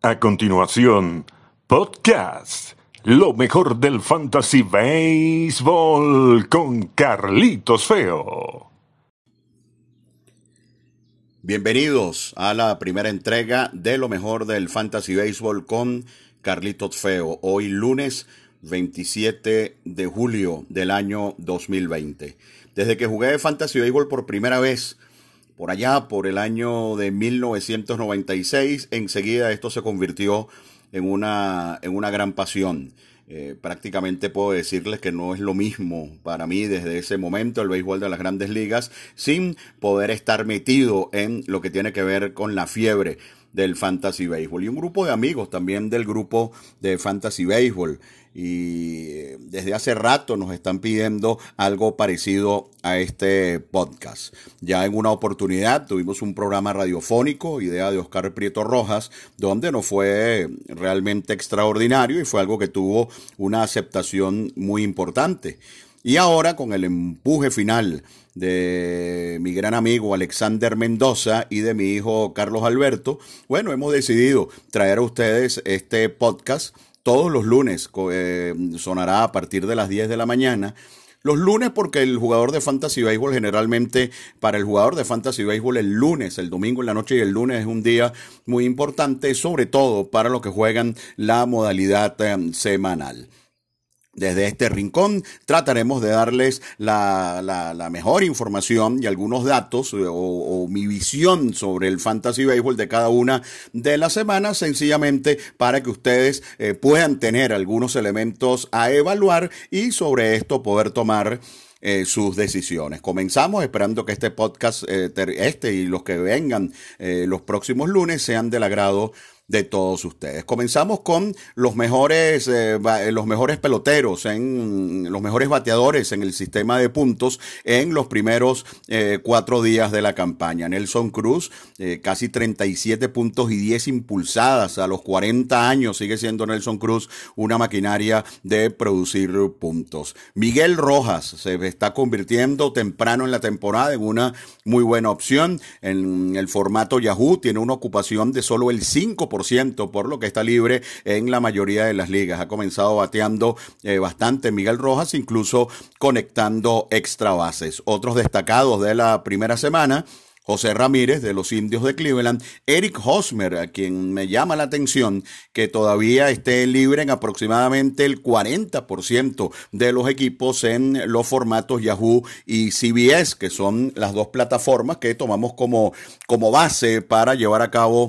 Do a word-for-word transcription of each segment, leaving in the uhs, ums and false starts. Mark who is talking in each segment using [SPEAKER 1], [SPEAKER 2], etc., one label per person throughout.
[SPEAKER 1] A continuación, podcast, lo mejor del Fantasy Baseball con Carlitos Feo.
[SPEAKER 2] Bienvenidos a la primera entrega de lo mejor del Fantasy Baseball con Carlitos Feo. Hoy lunes veintisiete de julio del año dos mil veinte. Desde que jugué Fantasy Baseball por primera vez, por allá por el año de mil novecientos noventa y seis, enseguida esto se convirtió en una, en una gran pasión. Eh, prácticamente puedo decirles que no es lo mismo para mí desde ese momento el béisbol de las grandes ligas sin poder estar metido en lo que tiene que ver con la fiebre del Fantasy Baseball. Y un grupo de amigos también del grupo de Fantasy Baseball. Y desde hace rato nos están pidiendo algo parecido a este podcast. Ya en una oportunidad tuvimos un programa radiofónico, idea de Oscar Prieto Rojas, donde nos fue realmente extraordinario y fue algo que tuvo una aceptación muy importante. Y ahora con el empuje final de mi gran amigo Alexander Mendoza y de mi hijo Carlos Alberto, bueno, hemos decidido traer a ustedes este podcast todos los lunes. Eh, sonará a partir de las diez de la mañana. Los lunes porque el jugador de Fantasy Baseball generalmente, para el jugador de Fantasy Baseball el lunes, el domingo en la noche y el lunes es un día muy importante, sobre todo para los que juegan la modalidad eh, semanal. Desde este rincón trataremos de darles la, la, la mejor información y algunos datos o, o mi visión sobre el Fantasy Baseball de cada una de las semanas, sencillamente para que ustedes eh, puedan tener algunos elementos a evaluar y sobre esto poder tomar Eh, sus decisiones. Comenzamos esperando que este podcast, eh, este y los que vengan eh, los próximos lunes sean del agrado de todos ustedes. Comenzamos con los mejores, eh, los mejores peloteros, en los mejores bateadores en el sistema de puntos en los primeros eh, cuatro días de la campaña. Nelson Cruz, eh, casi treinta y siete puntos y diez impulsadas a los cuarenta años, sigue siendo Nelson Cruz una maquinaria de producir puntos. Miguel Rojas se está convirtiendo temprano en la temporada en una muy buena opción. En el formato Yahoo tiene una ocupación de solo el cinco por ciento, por lo que está libre en la mayoría de las ligas. Ha comenzado bateando eh, bastante Miguel Rojas, incluso conectando extra bases. Otros destacados de la primera semana: José Ramírez de los Indios de Cleveland, Eric Hosmer, a quien me llama la atención que todavía esté libre en aproximadamente el cuarenta por ciento de los equipos en los formatos Yahoo y C B S, que son las dos plataformas que tomamos como, como base para llevar a cabo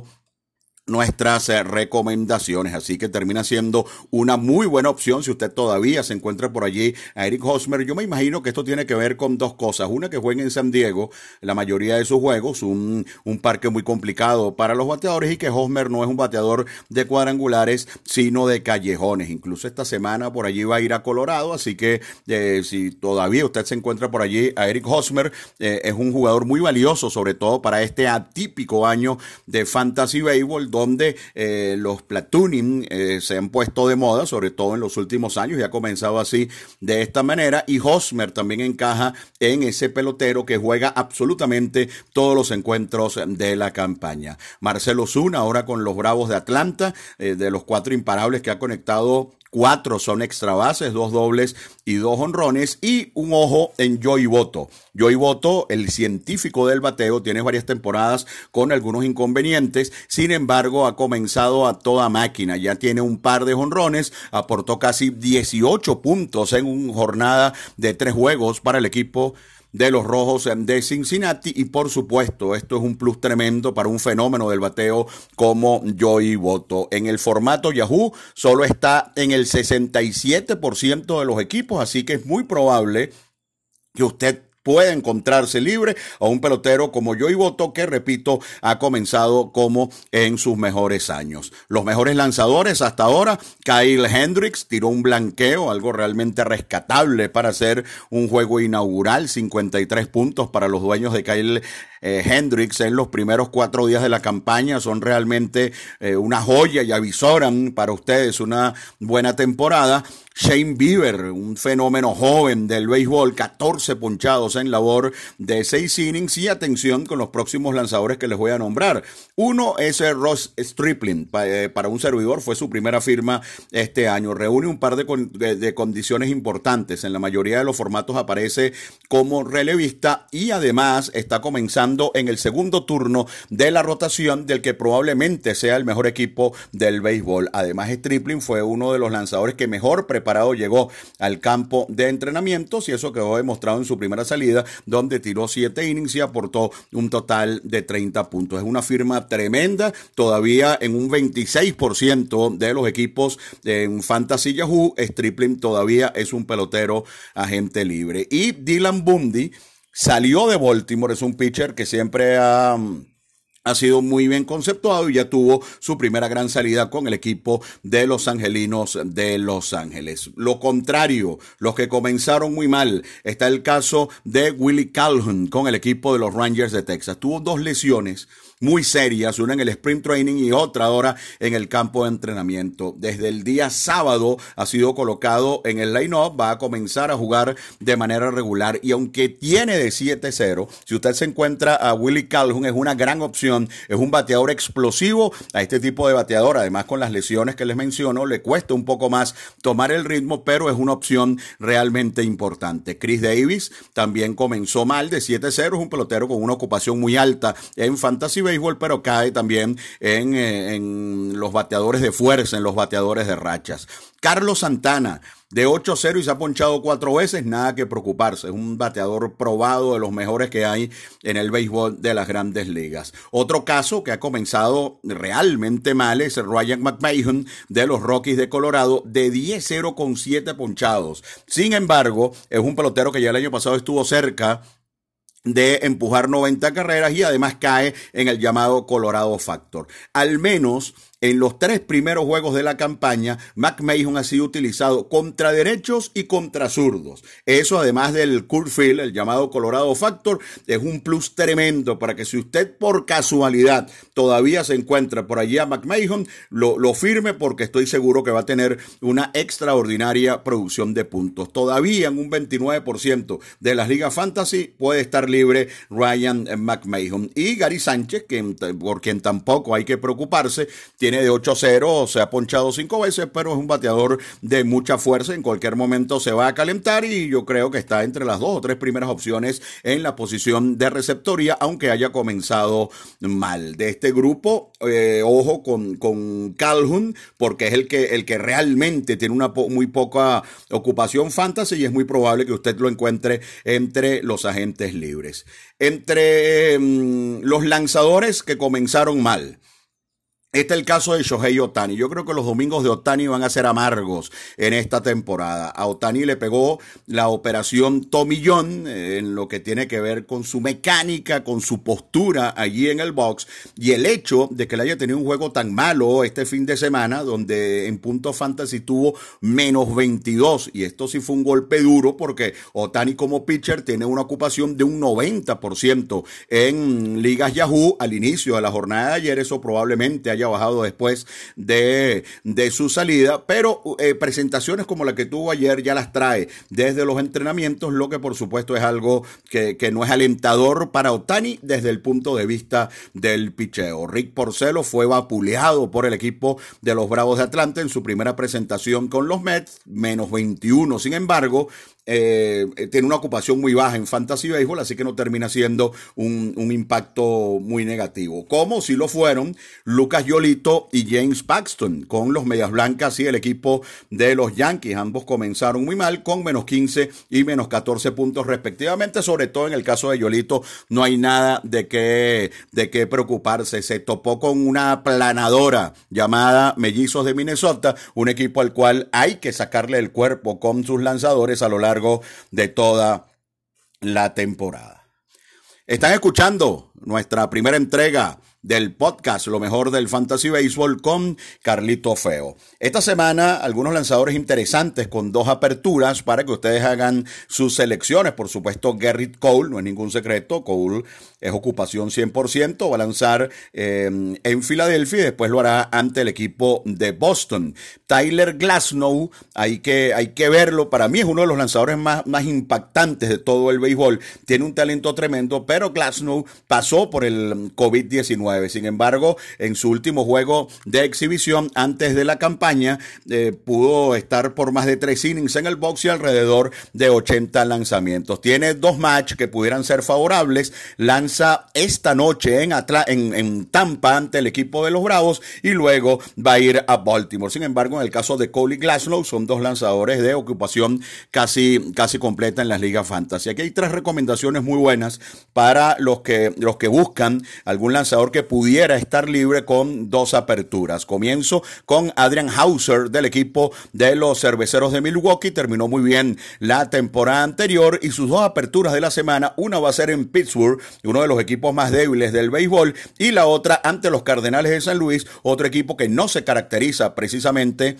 [SPEAKER 2] nuestras eh, recomendaciones, así que termina siendo una muy buena opción si usted todavía se encuentra por allí a Eric Hosmer. Yo me imagino que esto tiene que ver con dos cosas: una, que juega en San Diego la mayoría de sus juegos, un, un parque muy complicado para los bateadores, y que Hosmer no es un bateador de cuadrangulares sino de callejones. Incluso esta semana por allí va a ir a Colorado, así que eh, si todavía usted se encuentra por allí a Eric Hosmer, eh, es un jugador muy valioso, sobre todo para este atípico año de Fantasy Baseball, donde eh, los platooning eh, se han puesto de moda, sobre todo en los últimos años, y ha comenzado así de esta manera, y Hosmer también encaja en ese pelotero que juega absolutamente todos los encuentros de la campaña. Marcell Ozuna ahora con los Bravos de Atlanta, eh, de los cuatro imparables que ha conectado, cuatro son extra bases, dos dobles y dos jonrones, y un ojo en Joey Votto. Joey Votto, el científico del bateo, tiene varias temporadas con algunos inconvenientes, sin embargo ha comenzado a toda máquina, ya tiene un par de jonrones, aportó casi dieciocho puntos en una jornada de tres juegos para el equipo de los Rojos de Cincinnati, y por supuesto esto es un plus tremendo para un fenómeno del bateo como Joey Votto. En el formato Yahoo solo está en el sesenta y siete por ciento de los equipos, así que es muy probable que usted puede encontrarse libre a un pelotero como Joey Votto, que, repito, ha comenzado como en sus mejores años. Los mejores lanzadores hasta ahora: Kyle Hendricks tiró un blanqueo, algo realmente rescatable para hacer un juego inaugural, cincuenta y tres puntos para los dueños de Kyle eh, Hendricks en los primeros cuatro días de la campaña son realmente eh, una joya y avisoran para ustedes una buena temporada. Shane Bieber, un fenómeno joven del béisbol, catorce ponchados en labor de seis innings. Y atención con los próximos lanzadores que les voy a nombrar. Uno es Ross Stripling, para un servidor fue su primera firma este año. Reúne un par de, con, de, de condiciones importantes. En la mayoría de los formatos aparece como relevista y además está comenzando en el segundo turno de la rotación del que probablemente sea el mejor equipo del béisbol. Además, Stripling fue uno de los lanzadores que mejor preparó Parado llegó al campo de entrenamientos y eso quedó demostrado en su primera salida, donde tiró siete innings y aportó un total de treinta puntos. Es una firma tremenda, todavía en un veintiséis por ciento de los equipos en Fantasy Yahoo, Stripling todavía es un pelotero agente libre. Y Dylan Bundy salió de Baltimore, es un pitcher que siempre ha... ha sido muy bien conceptuado y ya tuvo su primera gran salida con el equipo de los Angelinos de Los Ángeles. Lo contrario, los que comenzaron muy mal, está el caso de Willie Calhoun con el equipo de los Rangers de Texas. Tuvo dos lesiones muy serias, una en el sprint training y otra ahora en el campo de entrenamiento. Desde el día sábado ha sido colocado en el line-up, va a comenzar a jugar de manera regular y aunque tiene de siete cero, si usted se encuentra a Willie Calhoun es una gran opción, es un bateador explosivo. A este tipo de bateador, además con las lesiones que les menciono, le cuesta un poco más tomar el ritmo, pero es una opción realmente importante. Chris Davis también comenzó mal de siete cero, es un pelotero con una ocupación muy alta en Fantasy Béisbol, pero cae también en, en los bateadores de fuerza, en los bateadores de rachas. Carlos Santana, de ocho cero y se ha ponchado cuatro veces, nada que preocuparse. Es un bateador probado, de los mejores que hay en el béisbol de las grandes ligas. Otro caso que ha comenzado realmente mal es Ryan McMahon de los Rockies de Colorado, de diez cero con siete ponchados. Sin embargo, es un pelotero que ya el año pasado estuvo cerca de empujar noventa carreras y además cae en el llamado Colorado Factor. Al menos en los tres primeros juegos de la campaña, McMahon ha sido utilizado contra derechos y contra zurdos. Eso, además del Coors Field, el llamado Colorado Factor, es un plus tremendo para que si usted por casualidad todavía se encuentra por allí a McMahon, lo, lo firme porque estoy seguro que va a tener una extraordinaria producción de puntos. Todavía en un veintinueve por ciento de las ligas fantasy puede estar libre Ryan McMahon. Y Gary Sánchez, que, por quien tampoco hay que preocuparse, tiene de ocho cero, se ha ponchado cinco veces, pero es un bateador de mucha fuerza. En cualquier momento se va a calentar y yo creo que está entre las dos o tres primeras opciones en la posición de receptoría, aunque haya comenzado mal. De este grupo, eh, ojo con, con Calhoun, porque es el que, el que realmente tiene una po- muy poca ocupación fantasy y es muy probable que usted lo encuentre entre los agentes libres. Entre eh, los lanzadores que comenzaron mal, este es el caso de Shohei Ohtani. Yo creo que los domingos de Ohtani van a ser amargos en esta temporada. A Ohtani le pegó la operación Tommy John eh, en lo que tiene que ver con su mecánica, con su postura allí en el box. Y el hecho de que le haya tenido un juego tan malo este fin de semana, donde en punto fantasy tuvo menos veintidós. Y esto sí fue un golpe duro porque Ohtani como pitcher tiene una ocupación de un noventa por ciento en ligas Yahoo al inicio de la jornada de ayer. Eso probablemente haya bajado después de, de su salida, pero eh, presentaciones como la que tuvo ayer ya las trae desde los entrenamientos, lo que por supuesto es algo que, que no es alentador para Ohtani desde el punto de vista del picheo. Rick Porcello fue vapuleado por el equipo de los Bravos de Atlanta en su primera presentación con los Mets, menos veintiuno. Sin embargo, Eh, tiene una ocupación muy baja en Fantasy Baseball, así que no termina siendo un, un impacto muy negativo. Como si lo fueron Lucas Giolito y James Paxton con los Medias Blancas y el equipo de los Yankees. Ambos comenzaron muy mal con menos quince y menos catorce puntos respectivamente. Sobre todo en el caso de Giolito no hay nada de qué, de qué preocuparse. Se topó con una planadora llamada Mellizos de Minnesota, un equipo al cual hay que sacarle el cuerpo con sus lanzadores a lo largo de toda la temporada. Están escuchando nuestra primera entrega del podcast Lo Mejor del Fantasy Baseball con Carlito Feo. Esta semana algunos lanzadores interesantes con dos aperturas para que ustedes hagan sus selecciones. Por supuesto, Gerrit Cole, no es ningún secreto, Cole es ocupación cien por ciento, va a lanzar eh, en Filadelfia y después lo hará ante el equipo de Boston. Tyler Glasnow, hay que, hay que verlo, para mí es uno de los lanzadores más, más impactantes de todo el béisbol, tiene un talento tremendo, pero Glasnow pasó por el COVID diecinueve, sin embargo, en su último juego de exhibición antes de la campaña, eh, pudo estar por más de tres innings en el box y alrededor de ochenta lanzamientos. Tiene dos matches que pudieran ser favorables, lanza esta noche en, Atla en, en Tampa ante el equipo de los Bravos y luego va a ir a Baltimore. Sin embargo, en el caso de Cole y Glasnow son dos lanzadores de ocupación casi, casi completa en las ligas fantasy. Aquí hay tres recomendaciones muy buenas para los que, los que buscan algún lanzador que pudiera estar libre con dos aperturas. Comienzo con Adrian Hauser del equipo de los Cerveceros de Milwaukee. Terminó muy bien la temporada anterior y sus dos aperturas de la semana, una va a ser en Pittsburgh, uno de los equipos más débiles del béisbol, y la otra ante los Cardenales de San Luis, otro equipo que no se caracteriza precisamente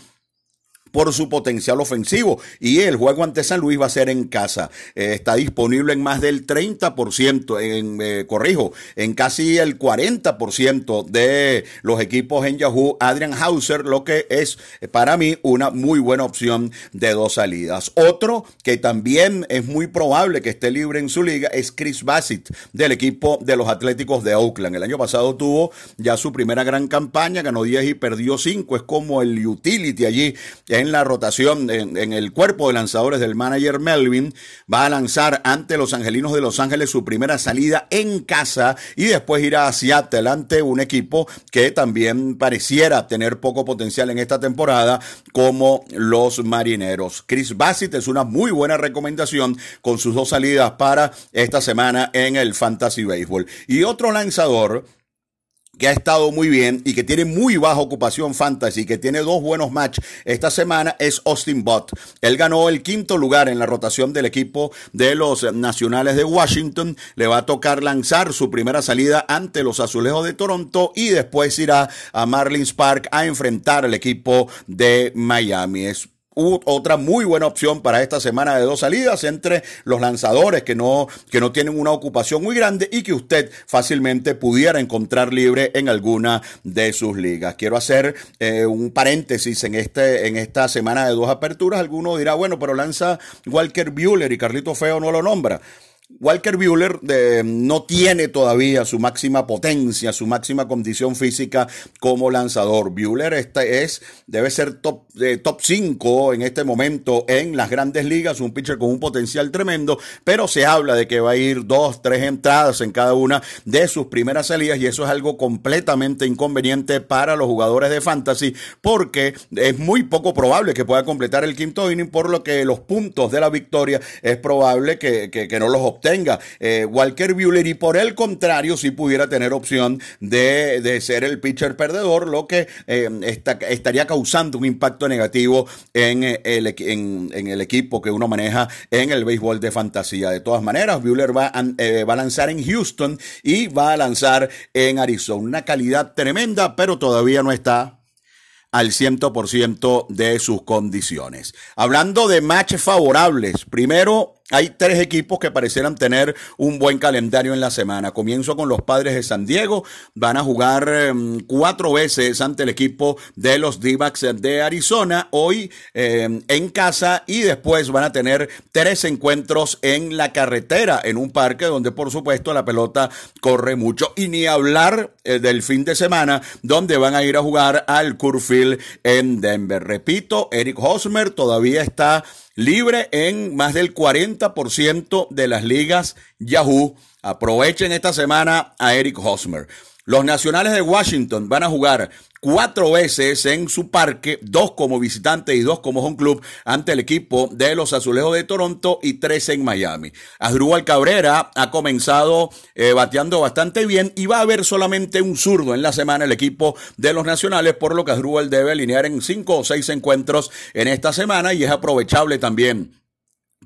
[SPEAKER 2] por su potencial ofensivo, y el juego ante San Luis va a ser en casa. Eh, está disponible en más del treinta por ciento, en, eh, corrijo, en casi el cuarenta por ciento de los equipos en Yahoo, Adrian Hauser, lo que es para mí una muy buena opción de dos salidas. Otro que también es muy probable que esté libre en su liga es Chris Bassitt del equipo de los Atléticos de Oakland. El año pasado tuvo ya su primera gran campaña, ganó diez y perdió cinco, es como el utility allí en la rotación, en, en el cuerpo de lanzadores del manager Melvin. Va a lanzar ante los Angelinos de Los Ángeles su primera salida en casa y después irá a Seattle ante un equipo que también pareciera tener poco potencial en esta temporada, como los Marineros. Chris Bassitt es una muy buena recomendación con sus dos salidas para esta semana en el Fantasy Baseball. Y otro lanzador que ha estado muy bien y que tiene muy baja ocupación fantasy, que tiene dos buenos matches esta semana, es Austin Bott. Él ganó el quinto lugar en la rotación del equipo de los Nacionales de Washington. Le va a tocar lanzar su primera salida ante los Azulejos de Toronto y después irá a Marlins Park a enfrentar al equipo de Miami. Es otra muy buena opción para esta semana de dos salidas entre los lanzadores que no, que no tienen una ocupación muy grande y que usted fácilmente pudiera encontrar libre en alguna de sus ligas. Quiero hacer eh, un paréntesis en, este, en esta semana de dos aperturas. Alguno dirá, bueno, pero lanza Walker Buehler y Carlito Feo no lo nombra. Walker Buehler eh, no tiene todavía su máxima potencia, su máxima condición física como lanzador. Buehler este es, debe ser top, eh, top cinco en este momento en las grandes ligas, un pitcher con un potencial tremendo, pero se habla de que va a ir dos, tres entradas en cada una de sus primeras salidas, y eso es algo completamente inconveniente para los jugadores de fantasy, porque es muy poco probable que pueda completar el quinto inning, por lo que los puntos de la victoria es probable que, que, que no los obtenga. Tenga eh, Walker Buehler, y por el contrario si pudiera tener opción de, de ser el pitcher perdedor, lo que eh, está, estaría causando un impacto negativo en el, en, en el equipo que uno maneja en el béisbol de fantasía. De todas maneras, Buehler va a, eh, va a lanzar en Houston y va a lanzar en Arizona. Una calidad tremenda, pero todavía no está al cien por ciento de sus condiciones. Hablando de matches favorables, primero hay tres equipos que parecieran tener un buen calendario en la semana. Comienzo con los Padres de San Diego. Van a jugar eh, cuatro veces ante el equipo de los D-backs de Arizona, hoy eh, en casa, y después van a tener tres encuentros en la carretera, en un parque donde por supuesto la pelota corre mucho. Y ni hablar eh, del fin de semana, donde van a ir a jugar al Coors Field en Denver. Repito, Eric Hosmer todavía está libre en más del cuarenta por ciento de las ligas Yahoo. Aprovechen esta semana a Eric Hosmer. Los Nacionales de Washington van a jugar cuatro veces en su parque, dos como visitante y dos como home club, ante el equipo de los Azulejos de Toronto, y tres en Miami. Asdrúbal Cabrera ha comenzado eh, bateando bastante bien, y va a haber solamente un zurdo en la semana el equipo de los Nacionales, por lo que Asdrúbal debe alinear en cinco o seis encuentros en esta semana, y es aprovechable también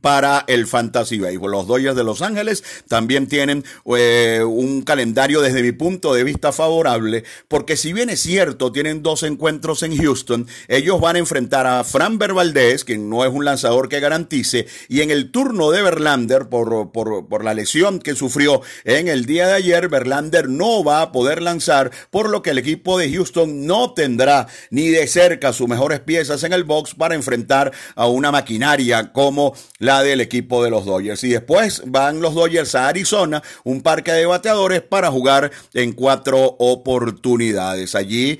[SPEAKER 2] para el Fantasy Baseball. Los Dodgers de Los Ángeles también tienen eh, un calendario desde mi punto de vista favorable, porque si bien es cierto, tienen dos encuentros en Houston, ellos van a enfrentar a Framber Valdez, que no es un lanzador que garantice, y en el turno de Verlander, por, por, por la lesión que sufrió en el día de ayer, Verlander no va a poder lanzar, por lo que el equipo de Houston no tendrá ni de cerca sus mejores piezas en el box para enfrentar a una maquinaria como la del equipo de los Dodgers. Y después van los Dodgers a Arizona, un parque de bateadores, para jugar en cuatro oportunidades. Allí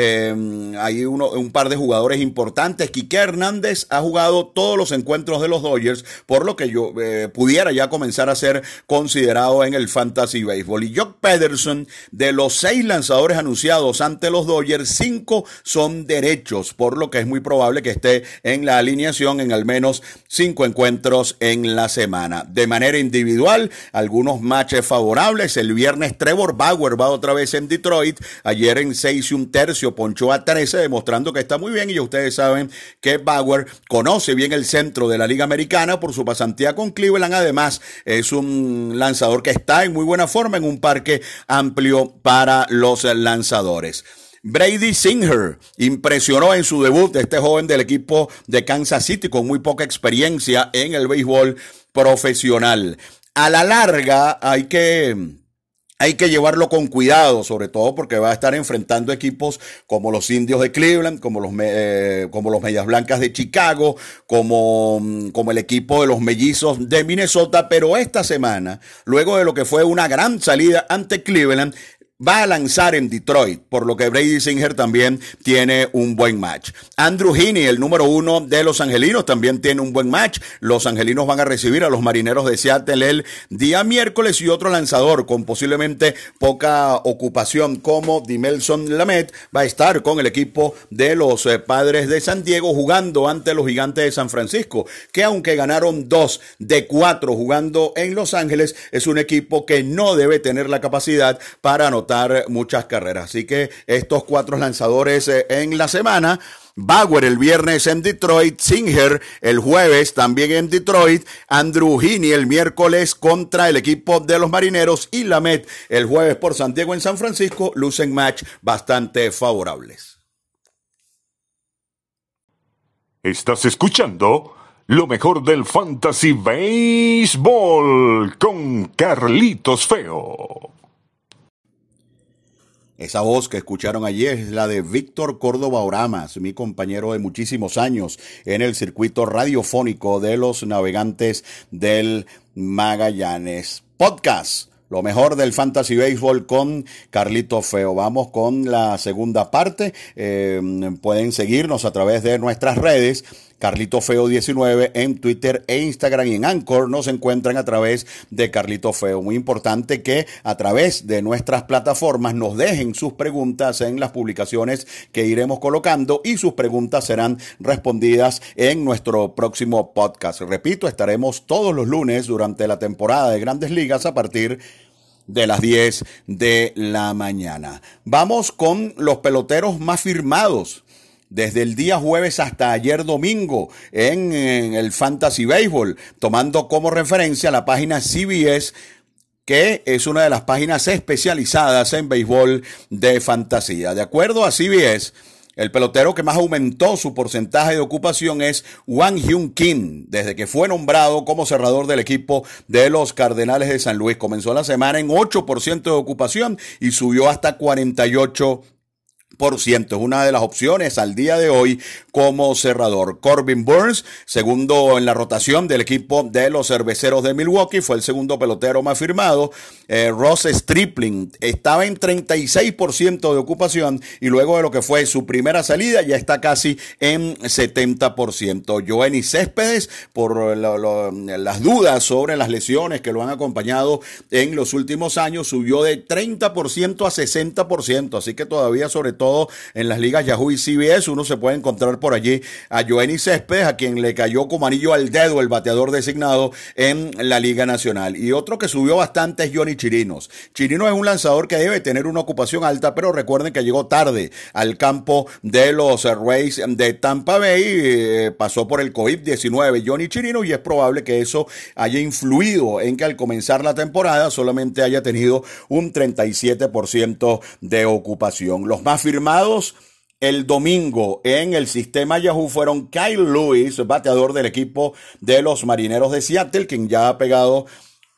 [SPEAKER 2] eh, hay uno, un par de jugadores importantes. Quique Hernández ha jugado todos los encuentros de los Dodgers, por lo que yo eh, pudiera ya comenzar a ser considerado en el Fantasy Baseball. Y Jock Pederson, de los seis lanzadores anunciados ante los Dodgers, cinco son derechos, por lo que es muy probable que esté en la alineación en al menos cinco encuentros en la semana. De manera individual, algunos matches favorables. El viernes Trevor Bauer va otra vez en Detroit. Ayer en seis y un tercio ponchó a trece, demostrando que está muy bien, y ya ustedes saben que Bauer conoce bien el centro de la Liga Americana por su pasantía con Cleveland. Además, es un lanzador que está en muy buena forma en un parque amplio para los lanzadores. Brady Singer impresionó en su debut, este joven del equipo de Kansas City con muy poca experiencia en el béisbol profesional. A la larga hay que... Hay que llevarlo con cuidado, sobre todo porque va a estar enfrentando equipos como los Indios de Cleveland, como los, eh, como los Medias Blancas de Chicago, como, como el equipo de los Mellizos de Minnesota. Pero esta semana, luego de lo que fue una gran salida ante Cleveland, va a lanzar en Detroit, por lo que Brady Singer también tiene un buen match. Andrew Heaney, el número uno de los angelinos, también tiene un buen match. Los angelinos van a recibir a los marineros de Seattle el día miércoles, y otro lanzador con posiblemente poca ocupación como Dimelson Lamet va a estar con el equipo de los eh, Padres de San Diego, jugando ante los Gigantes de San Francisco, que aunque ganaron dos de cuatro jugando en Los Ángeles, es un equipo que no debe tener la capacidad para anotar muchas carreras. Así que estos cuatro lanzadores eh, en la semana: Bauer el viernes en Detroit, Singer el jueves también en Detroit, Andrew Heaney el miércoles contra el equipo de los Marineros, y Lamet el jueves por San Diego en San Francisco. Lucen match bastante favorables.
[SPEAKER 1] Estás escuchando lo mejor del Fantasy Baseball con Carlitos Feo.
[SPEAKER 2] Esa voz que escucharon allí es la de Víctor Córdoba Oramas, mi compañero de muchísimos años en el circuito radiofónico de los Navegantes del Magallanes. Podcast, lo mejor del Fantasy Baseball con Carlitos Feo. Vamos con la segunda parte. Eh, pueden seguirnos a través de nuestras redes. Carlito Feo diecinueve en Twitter e Instagram, y en Anchor nos encuentran a través de Carlito Feo. Muy importante que a través de nuestras plataformas nos dejen sus preguntas en las publicaciones que iremos colocando, y sus preguntas serán respondidas en nuestro próximo podcast. Repito, estaremos todos los lunes durante la temporada de Grandes Ligas a partir de las diez de la mañana. Vamos con los peloteros más firmados desde el día jueves hasta ayer domingo en, en el Fantasy Baseball, tomando como referencia la página C B S, que es una de las páginas especializadas en béisbol de fantasía. De acuerdo a C B S, el pelotero que más aumentó su porcentaje de ocupación es Wang Hyun Kim, desde que fue nombrado como cerrador del equipo de los Cardenales de San Luis. Comenzó la semana en ocho por ciento de ocupación y subió hasta cuarenta y ocho por ciento. Es una de las opciones al día de hoy como cerrador. Corbin Burns, segundo en la rotación del equipo de los Cerveceros de Milwaukee, fue el segundo pelotero más firmado. Eh, Ross Stripling estaba en treinta y seis por ciento de ocupación, y luego de lo que fue su primera salida ya está casi en setenta por ciento. Yoenis Céspedes, por lo, lo, las dudas sobre las lesiones que lo han acompañado en los últimos años, subió de treinta por ciento a sesenta por ciento, así que todavía, sobre todo todo en las ligas Yahoo y C B S. Uno se puede encontrar por allí a Yoenis Céspedes, a quien le cayó como anillo al dedo el bateador designado en la Liga Nacional. Y otro que subió bastante es Yonny Chirinos. Chirinos es un lanzador que debe tener una ocupación alta, pero recuerden que llegó tarde al campo de los Rays de Tampa Bay, eh, pasó por el COVID diecinueve Yonny Chirinos, y es probable que eso haya influido en que al comenzar la temporada solamente haya tenido un treinta y siete por ciento de ocupación. Los más firmados el domingo en el sistema Yahoo fueron Kyle Lewis, bateador del equipo de los Marineros de Seattle, quien ya ha pegado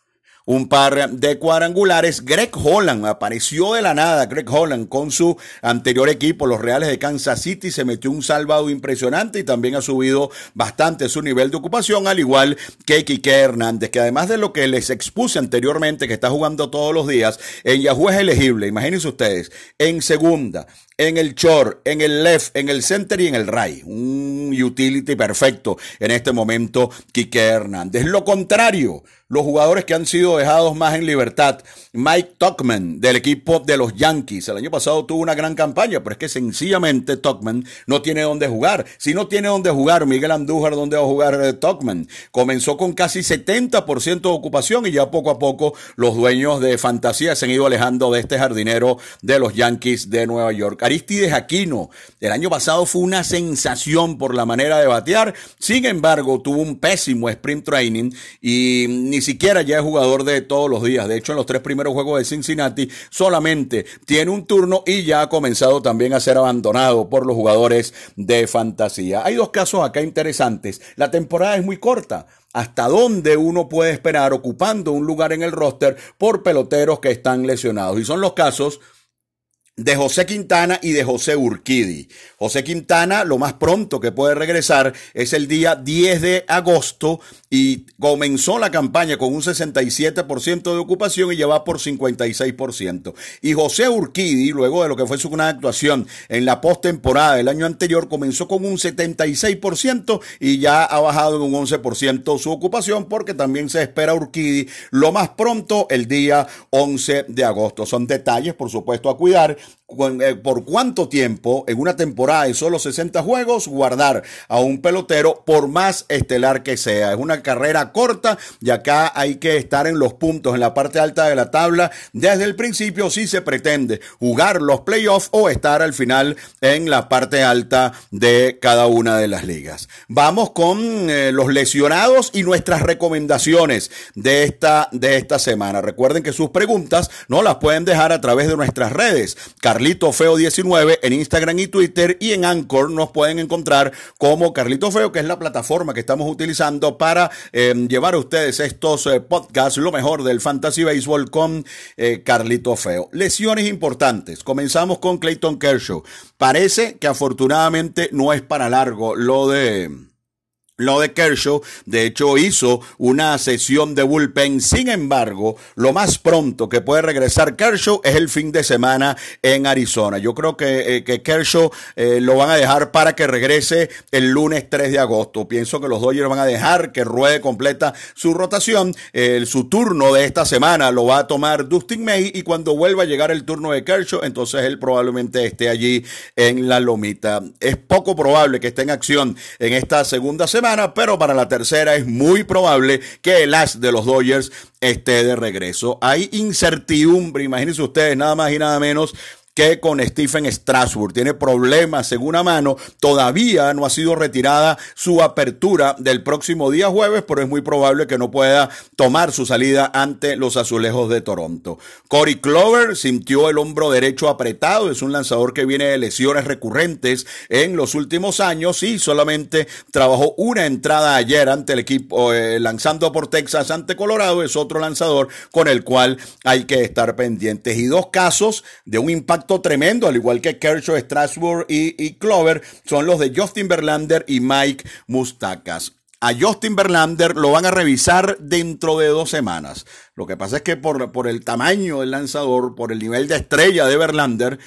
[SPEAKER 2] un par de cuadrangulares. Greg Holland apareció de la nada. Greg Holland con su anterior equipo, los Reales de Kansas City, se metió un salvado impresionante y también ha subido bastante su nivel de ocupación, al igual que Quique Hernández, que además de lo que les expuse anteriormente, que está jugando todos los días, en Yahoo es elegible. Imagínense ustedes, en segunda, en el short, en el left, en el center y en el right. Un utility perfecto en este momento, Quique Hernández. Lo contrario, los jugadores que han sido dejados más en libertad. Mike Tauchman, del equipo de los Yankees. El año pasado tuvo una gran campaña, pero es que sencillamente Tauchman no tiene dónde jugar. Si no tiene dónde jugar Miguel Andújar, ¿dónde va a jugar eh, Tauchman? Comenzó con casi setenta por ciento de ocupación y ya poco a poco los dueños de fantasía se han ido alejando de este jardinero de los Yankees de Nueva York. Aristides Aquino, el año pasado fue una sensación por la manera de batear. Sin embargo, tuvo un pésimo sprint training y ni siquiera ya es jugador de todos los días. De hecho, en los tres primeros juegos de Cincinnati solamente tiene un turno y ya ha comenzado también a ser abandonado por los jugadores de fantasía. Hay dos casos acá interesantes. La temporada es muy corta. ¿Hasta dónde uno puede esperar ocupando un lugar en el roster por peloteros que están lesionados? Y son los casos de José Quintana y de José Urquidy. José Quintana, lo más pronto que puede regresar es el día diez de agosto y comenzó la campaña con un sesenta y siete por ciento de ocupación y ya va por cincuenta y seis por ciento. Y José Urquidy, luego de lo que fue su gran actuación en la postemporada del año anterior, comenzó con un setenta y seis por ciento y ya ha bajado en un once por ciento su ocupación, porque también se espera Urquidy lo más pronto el día once de agosto. Son detalles, por supuesto, a cuidar. Por cuánto tiempo en una temporada de solo sesenta juegos guardar a un pelotero, por más estelar que sea. Es una carrera corta y acá hay que estar en los puntos, en la parte alta de la tabla desde el principio, si se pretende jugar los playoffs o estar al final en la parte alta de cada una de las ligas. Vamos con eh, los lesionados y nuestras recomendaciones de esta, de esta semana. Recuerden que sus preguntas no las pueden dejar a través de nuestras redes. Carlito Feo diecinueve en Instagram y Twitter, y en Anchor nos pueden encontrar como Carlito Feo, que es la plataforma que estamos utilizando para eh, llevar a ustedes estos eh, podcasts, lo mejor del Fantasy Baseball con eh, Carlito Feo. Lesiones importantes. Comenzamos con Clayton Kershaw. Parece que afortunadamente no es para largo lo de... Lo de Kershaw. De hecho, hizo una sesión de bullpen. Sin embargo, lo más pronto que puede regresar Kershaw es el fin de semana en Arizona. Yo creo que, eh, que Kershaw eh, lo van a dejar para que regrese el lunes tres de agosto. Pienso que los Dodgers van a dejar que ruede completa su rotación. Eh, su turno de esta semana lo va a tomar Dustin May, y cuando vuelva a llegar el turno de Kershaw, entonces él probablemente esté allí en la lomita. Es poco probable que esté en acción en esta segunda semana, pero para la tercera es muy probable que el as de los Dodgers esté de regreso. Hay incertidumbre, imagínense ustedes, nada más y nada menos que con Stephen Strasburg. Tiene problemas en una mano, todavía no ha sido retirada su apertura del próximo día jueves, pero es muy probable que no pueda tomar su salida ante los Azulejos de Toronto. Corey Kluber sintió el hombro derecho apretado, es un lanzador que viene de lesiones recurrentes en los últimos años y solamente trabajó una entrada ayer ante el equipo, eh, lanzando por Texas ante Colorado. Es otro lanzador con el cual hay que estar pendientes. Y dos casos de un impacto tremendo, al igual que Kershaw, Strasburg y, y Kluber, son los de Justin Verlander y Mike Moustakas. A Justin Verlander lo van a revisar dentro de dos semanas. Lo que pasa es que por, por el tamaño del lanzador, por el nivel de estrella de Verlander,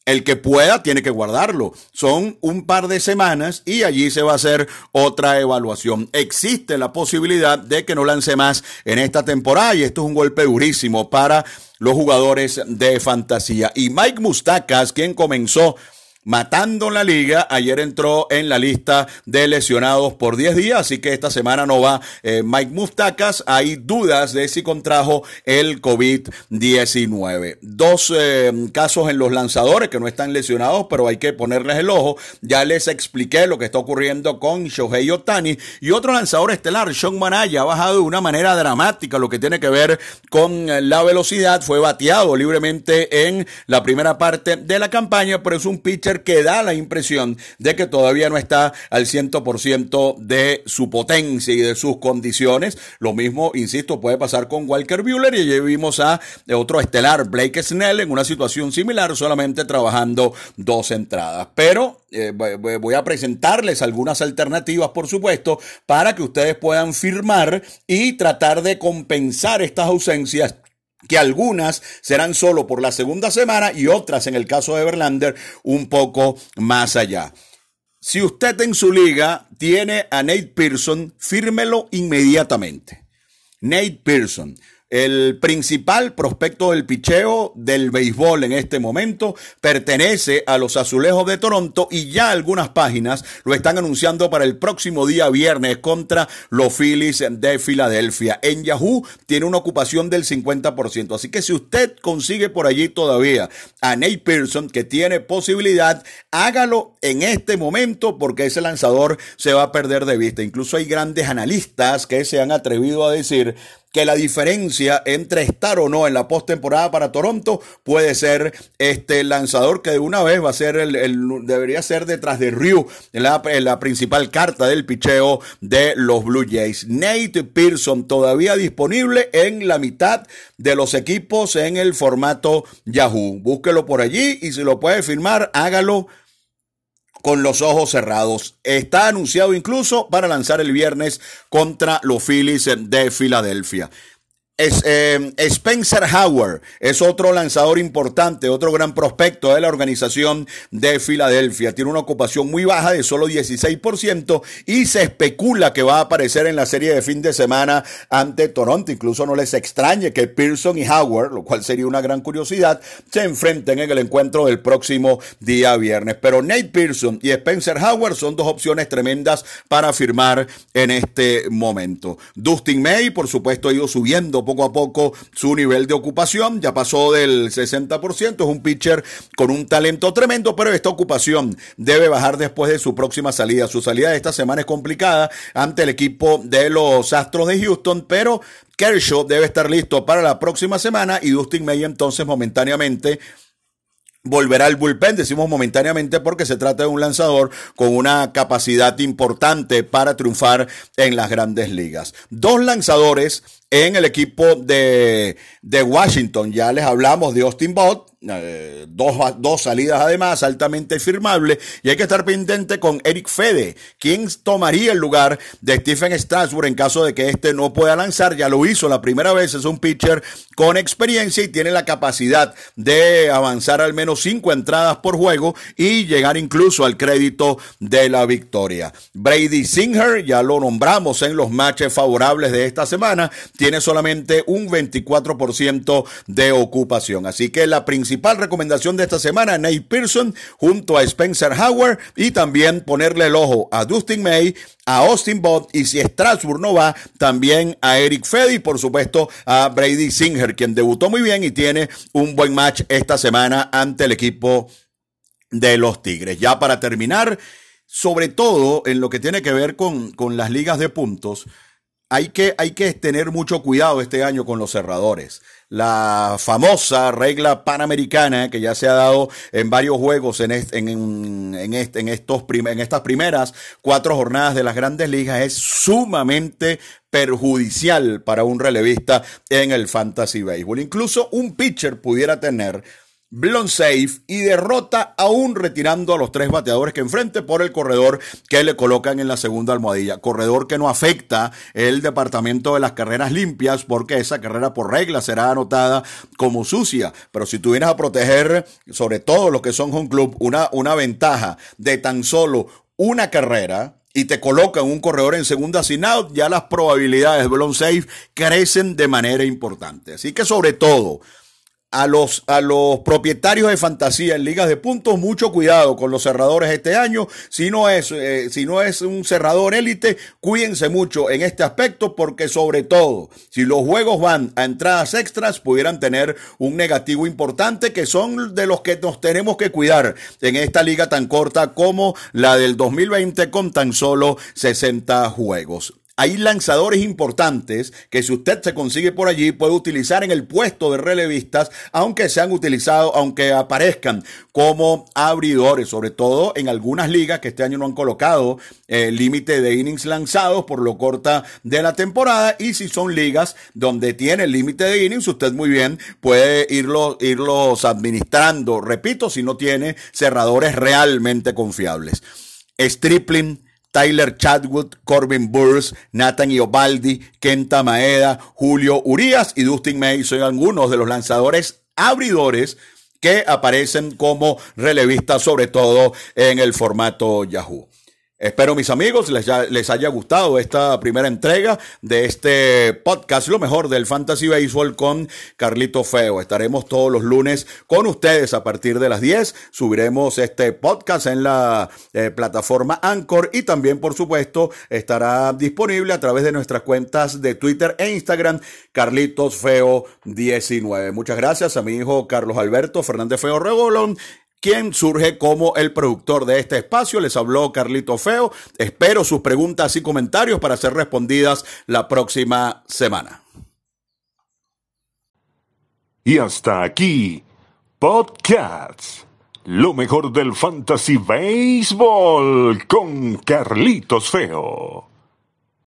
[SPEAKER 2] El que pueda tiene que guardarlo. Son un par de semanas y allí se va a hacer otra evaluación. Existe la posibilidad de que no lance más en esta temporada y esto es un golpe durísimo para los jugadores de fantasía. Y Mike Moustakas, quien comenzó matando la liga, ayer entró en la lista de lesionados por diez días, así que esta semana no va eh, Mike Moustakas. Hay dudas de si contrajo el COVID diecinueve. Dos eh, casos en los lanzadores que no están lesionados, pero hay que ponerles el ojo. Ya les expliqué lo que está ocurriendo con Shohei Ohtani. Y otro lanzador estelar, Sean Manaea, ha bajado de una manera dramática lo que tiene que ver con la velocidad. Fue bateado libremente en la primera parte de la campaña, pero es un pitcher que da la impresión de que todavía no está al cien por ciento de su potencia y de sus condiciones. Lo mismo, insisto, puede pasar con Walker Buehler, y ya vimos a otro estelar, Blake Snell, en una situación similar, solamente trabajando dos entradas. Pero eh, voy a presentarles algunas alternativas, por supuesto, para que ustedes puedan firmar y tratar de compensar estas ausencias, que algunas serán solo por la segunda semana y otras, en el caso de Verlander, un poco más allá. Si usted en su liga tiene a Nate Pearson, fírmelo inmediatamente. Nate Pearson, el principal prospecto del picheo del béisbol en este momento, pertenece a los Azulejos de Toronto y ya algunas páginas lo están anunciando para el próximo día viernes contra los Phillies de Filadelfia. En Yahoo tiene una ocupación del cincuenta por ciento, así que si usted consigue por allí todavía a Nate Pearson, que tiene posibilidad, hágalo en este momento, porque ese lanzador se va a perder de vista. Incluso hay grandes analistas que se han atrevido a decir que la diferencia entre estar o no en la postemporada para Toronto puede ser este lanzador, que de una vez va a ser el, el debería ser detrás de Ryu, en la, en la principal carta del picheo de los Blue Jays. Nate Pearson todavía disponible en la mitad de los equipos en el formato Yahoo. Búsquelo por allí y si lo puede firmar, hágalo con los ojos cerrados. Está anunciado incluso para lanzar el viernes contra los Phillies de Filadelfia. Es, eh, Spencer Howard es otro lanzador importante, otro gran prospecto de la organización de Filadelfia. Tiene una ocupación muy baja de solo dieciséis por ciento y se especula que va a aparecer en la serie de fin de semana ante Toronto. Incluso no les extrañe que Pearson y Howard, lo cual sería una gran curiosidad, se enfrenten en el encuentro del próximo día viernes. Pero Nate Pearson y Spencer Howard son dos opciones tremendas para firmar en este momento. Dustin May, por supuesto, ha ido subiendo poco a poco su nivel de ocupación, ya pasó del sesenta por ciento, es un pitcher con un talento tremendo, pero esta ocupación debe bajar después de su próxima salida. Su salida de esta semana es complicada ante el equipo de los Astros de Houston, pero Kershaw debe estar listo para la próxima semana y Dustin May entonces momentáneamente volverá al bullpen. Decimos momentáneamente porque se trata de un lanzador con una capacidad importante para triunfar en las grandes ligas. Dos lanzadores en el equipo de, de Washington. Ya les hablamos de Austin Voth. Eh, dos, dos salidas además altamente firmables, y hay que estar pendiente con Eric Fede, quien tomaría el lugar de Stephen Strasburg en caso de que este no pueda lanzar. Ya lo hizo la primera vez, es un pitcher con experiencia y tiene la capacidad de avanzar al menos cinco entradas por juego y llegar incluso al crédito de la victoria. Brady Singer, ya lo nombramos en los matches favorables de esta semana, tiene solamente un veinticuatro por ciento de ocupación, así que la principal recomendación de esta semana, Nate Pearson junto a Spencer Howard, y también ponerle el ojo a Dustin May, a Austin Voth, y si Strasburg no va, también a Eric Fede y por supuesto a Brady Singer, quien debutó muy bien y tiene un buen match esta semana ante el equipo de los Tigres. Ya para terminar, sobre todo en lo que tiene que ver con, con las ligas de puntos, hay que, hay que tener mucho cuidado este año con los cerradores. La famosa regla panamericana que ya se ha dado en varios juegos en, est, en, en, est, en, estos prim, en estas primeras cuatro jornadas de las grandes ligas es sumamente perjudicial para un relevista en el fantasy baseball. Incluso un pitcher pudiera tener blown safe y derrota aún retirando a los tres bateadores que enfrente por el corredor que le colocan en la segunda almohadilla. Corredor que no afecta el departamento de las carreras limpias porque esa carrera por regla será anotada como sucia. Pero si tú vienes a proteger, sobre todo los que son home club, una, una ventaja de tan solo una carrera y te colocan un corredor en segunda sin out, ya las probabilidades de blown safe crecen de manera importante. Así que sobre todo, A los, a los propietarios de fantasía en ligas de puntos, mucho cuidado con los cerradores este año. Si no es, eh, si no es un cerrador élite, cuídense mucho en este aspecto porque sobre todo, si los juegos van a entradas extras, pudieran tener un negativo importante que son de los que nos tenemos que cuidar en esta liga tan corta como la del dos mil veinte con tan solo sesenta juegos. Hay lanzadores importantes que si usted se consigue por allí puede utilizar en el puesto de relevistas, aunque sean utilizados, aunque aparezcan como abridores, sobre todo en algunas ligas que este año no han colocado el eh, límite de innings lanzados por lo corta de la temporada, y si son ligas donde tiene el límite de innings, usted muy bien puede irlo, irlos administrando, repito, si no tiene cerradores realmente confiables. Stripling, Tyler Chatwood, Corbin Burns, Nathan Eovaldi, Kenta Maeda, Julio Urías y Dustin May son algunos de los lanzadores abridores que aparecen como relevistas, sobre todo en el formato Yahoo. Espero, mis amigos, les, les haya gustado esta primera entrega de este podcast, lo mejor del Fantasy Baseball con Carlito Feo. Estaremos todos los lunes con ustedes a partir de las diez. Subiremos este podcast en la eh, plataforma Anchor y también, por supuesto, estará disponible a través de nuestras cuentas de Twitter e Instagram, Carlitos Feo diecinueve. Muchas gracias a mi hijo Carlos Alberto Fernández Feo Rebolón, quien surge como el productor de este espacio. Les habló Carlito Feo. Espero sus preguntas y comentarios para ser respondidas la próxima semana.
[SPEAKER 1] Y hasta aquí, Podcasts. Lo mejor del Fantasy Baseball con Carlitos Feo.